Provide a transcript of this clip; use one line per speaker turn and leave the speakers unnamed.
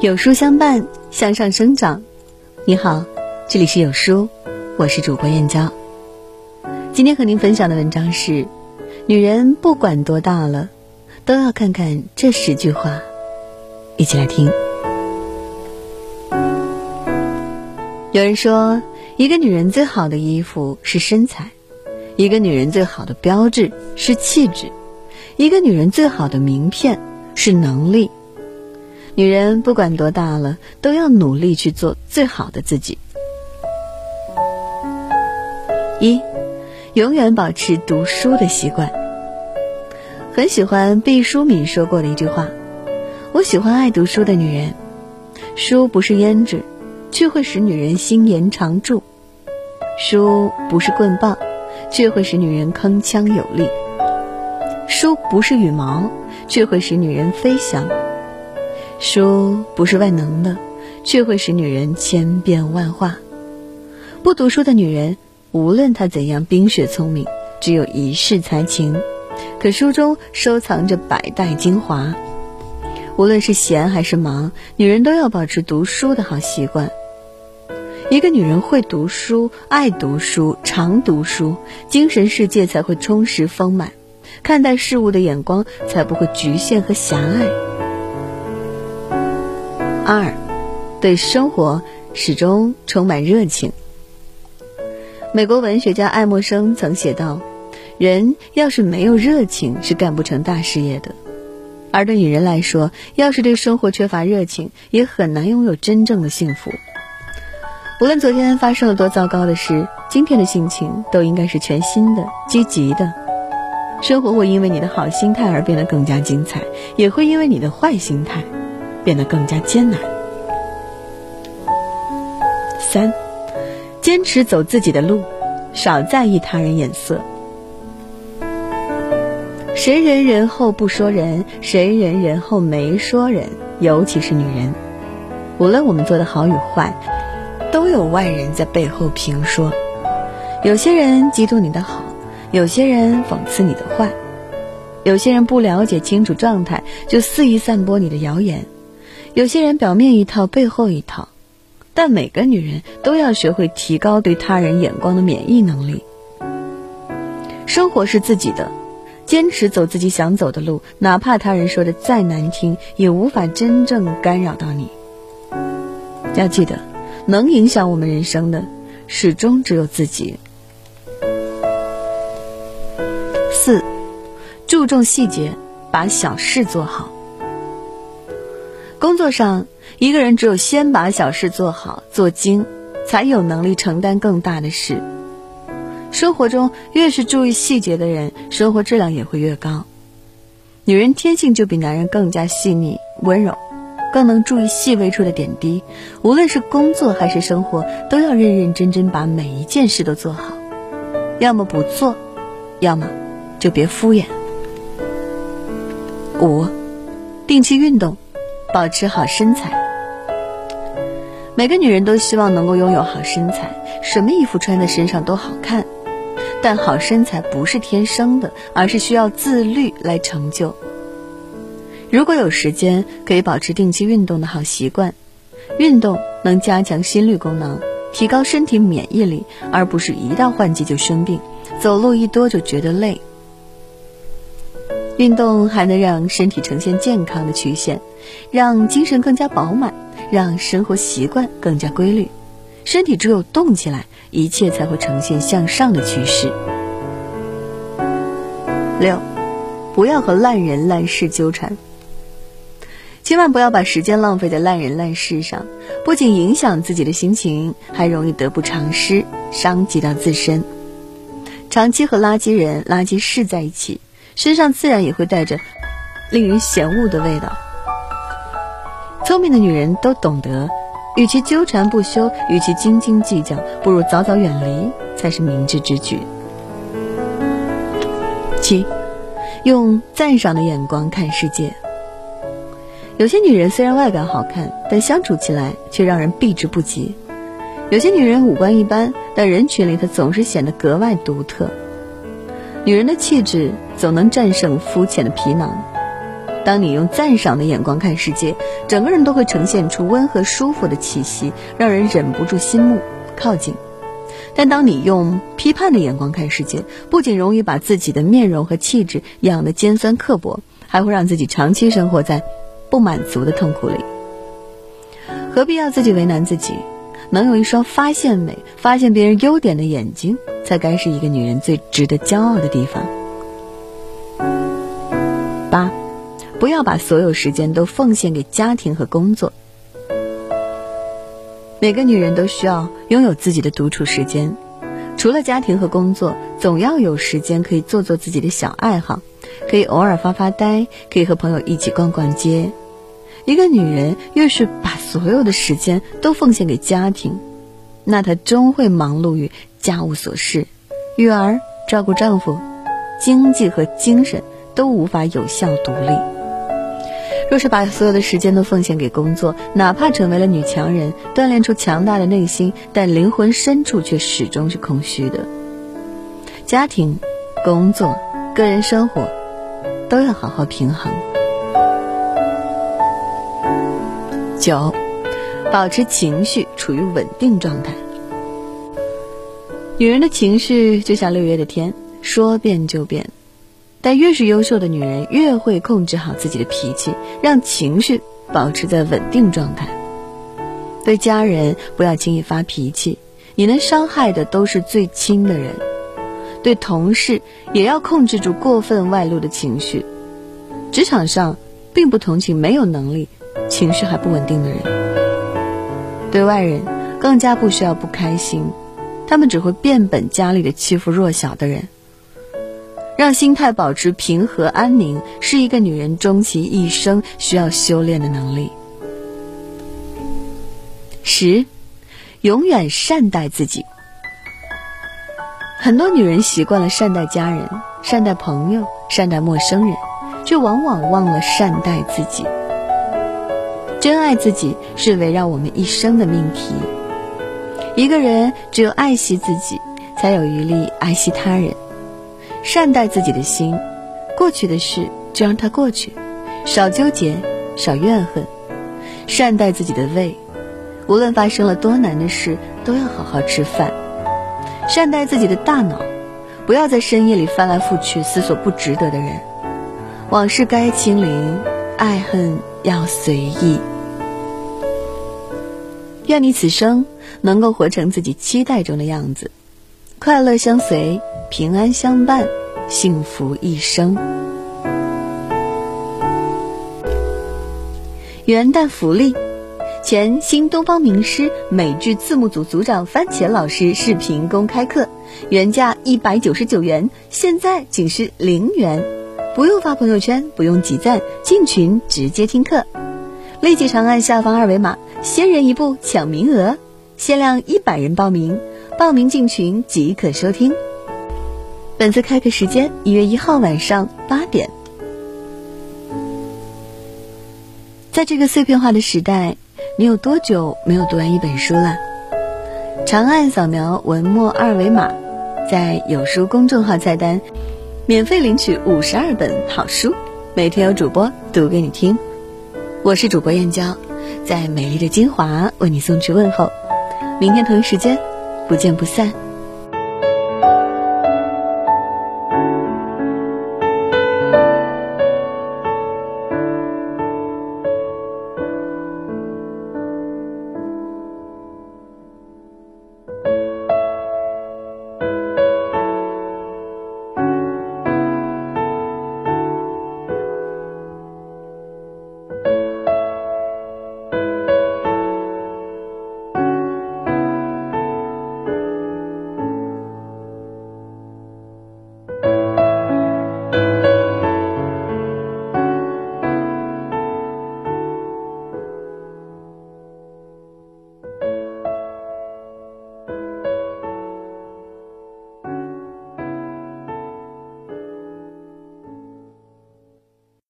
有书相伴，向上生长。你好，这里是有书，我是主播燕娇。今天和您分享的文章是：女人不管多大了，都要看看这10句话。一起来听。有人说，一个女人最好的衣服是身材，一个女人最好的标志是气质，一个女人最好的名片是能力。女人不管多大了，都要努力去做最好的自己。1. 永远保持读书的习惯。很喜欢毕淑敏说过的一句话：我喜欢爱读书的女人，书不是胭脂，却会使女人心颜常驻；书不是棍棒，却会使女人铿锵有力；书不是羽毛，却会使女人飞翔；书不是万能的，却会使女人千变万化。不读书的女人，无论她怎样冰雪聪明，只有一世才情，可书中收藏着百代精华。无论是闲还是忙，女人都要保持读书的好习惯。一个女人会读书，爱读书，常读书，精神世界才会充实丰满，看待事物的眼光才不会局限和狭隘。2. 对生活始终充满热情。美国文学家爱默生曾写道，人要是没有热情是干不成大事业的。而对女人来说，要是对生活缺乏热情，也很难拥有真正的幸福。无论昨天发生了多糟糕的事，今天的心情都应该是全新的、积极的。生活会因为你的好心态而变得更加精彩，也会因为你的坏心态变得更加艰难。3. 坚持走自己的路，少在意他人眼色。谁人人后不说人，谁人人后没说人，尤其是女人。无论我们做的好与坏，都有外人在背后评说。有些人嫉妒你的好，有些人讽刺你的坏，有些人不了解清楚状态，就肆意散播你的谣言，有些人表面一套背后一套。但每个女人都要学会提高对他人眼光的免疫能力。生活是自己的，坚持走自己想走的路，哪怕他人说的再难听，也无法真正干扰到你。要记得，能影响我们人生的始终只有自己。4. 注重细节，把小事做好。工作上，一个人只有先把小事做好做精，才有能力承担更大的事。生活中越是注意细节的人，生活质量也会越高。女人天性就比男人更加细腻温柔，更能注意细微处的点滴。无论是工作还是生活，都要认认真真把每一件事都做好，要么不做，要么就别敷衍。5. 定期运动，保持好身材。每个女人都希望能够拥有好身材，什么衣服穿在身上都好看。但好身材不是天生的，而是需要自律来成就。如果有时间，可以保持定期运动的好习惯。运动能加强心律功能，提高身体免疫力，而不是一到换季就生病，走路一多就觉得累。运动还能让身体呈现健康的曲线，让精神更加饱满，让生活习惯更加规律。身体只有动起来，一切才会呈现向上的趋势。6. 不要和烂人烂事纠缠。千万不要把时间浪费在烂人烂事上，不仅影响自己的心情，还容易得不偿失，伤及到自身。长期和垃圾人、垃圾事在一起，身上自然也会带着令人嫌恶的味道。聪明的女人都懂得，与其纠缠不休，与其斤斤计较，不如早早远离，才是明智之举。7. 用赞赏的眼光看世界。有些女人虽然外表好看，但相处起来却让人避之不及。有些女人五官一般，但人群里她总是显得格外独特。女人的气质总能战胜肤浅的皮囊。 当你用赞赏的眼光看世界，整个人都会呈现出温和舒服的气息，让人忍不住心目靠近。但当你用批判的眼光看世界，不仅容易把自己的面容和气质养得尖酸刻薄，还会让自己长期生活在不满足的痛苦里。何必要自己为难自己？能有一双发现美、发现别人优点的眼睛，才该是一个女人最值得骄傲的地方。8. 不要把所有时间都奉献给家庭和工作。每个女人都需要拥有自己的独处时间，除了家庭和工作，总要有时间可以做自己的小爱好，可以偶尔发发呆，可以和朋友一起逛逛街。一个女人越是把所有的时间都奉献给家庭，那她终会忙碌于家务琐事，育儿、照顾丈夫，经济和精神都无法有效独立。若是把所有的时间都奉献给工作，哪怕成为了女强人，锻炼出强大的内心，但灵魂深处却始终是空虚的。家庭、工作、个人生活都要好好平衡。9. 保持情绪处于稳定状态。女人的情绪就像6月的天，说变就变。但越是优秀的女人，越会控制好自己的脾气，让情绪保持在稳定状态。对家人不要轻易发脾气，你能伤害的都是最亲的人。对同事也要控制住过分外露的情绪。职场上并不同情没有能力、情绪还不稳定的人。对外人更加不需要不开心，他们只会变本加厉地欺负弱小的人。让心态保持平和安宁，是一个女人终其一生需要修炼的能力。10. 永远善待自己。很多女人习惯了善待家人、善待朋友、善待陌生人，却往往忘了善待自己。真爱自己是围绕我们一生的命题。一个人只有爱惜自己，才有余力爱惜他人。善待自己的心，过去的事就让它过去，少纠结，少怨恨。善待自己的胃，无论发生了多难的事，都要好好吃饭。善待自己的大脑，不要在深夜里翻来覆去思索不值得的人。往事该清零，爱恨要随意。愿你此生能够活成自己期待中的样子，快乐相随，平安相伴，幸福一生。元旦福利，前新东方名师美剧字幕组组长番茄老师视频公开课，原价199元，现在仅是0元，不用发朋友圈，不用集赞，进群直接听课。立即长按下方二维码，先人一步抢名额，限量100人报名，报名进群即可收听。本次开课时间1月1号晚上8点。在这个碎片化的时代，你有多久没有读完一本书了？长按扫描文末二维码，在有书公众号菜单免费领取52本好书，每天有主播读给你听。我是主播燕娇，在美丽的金华为你送去问候。明天同一时间不见不散。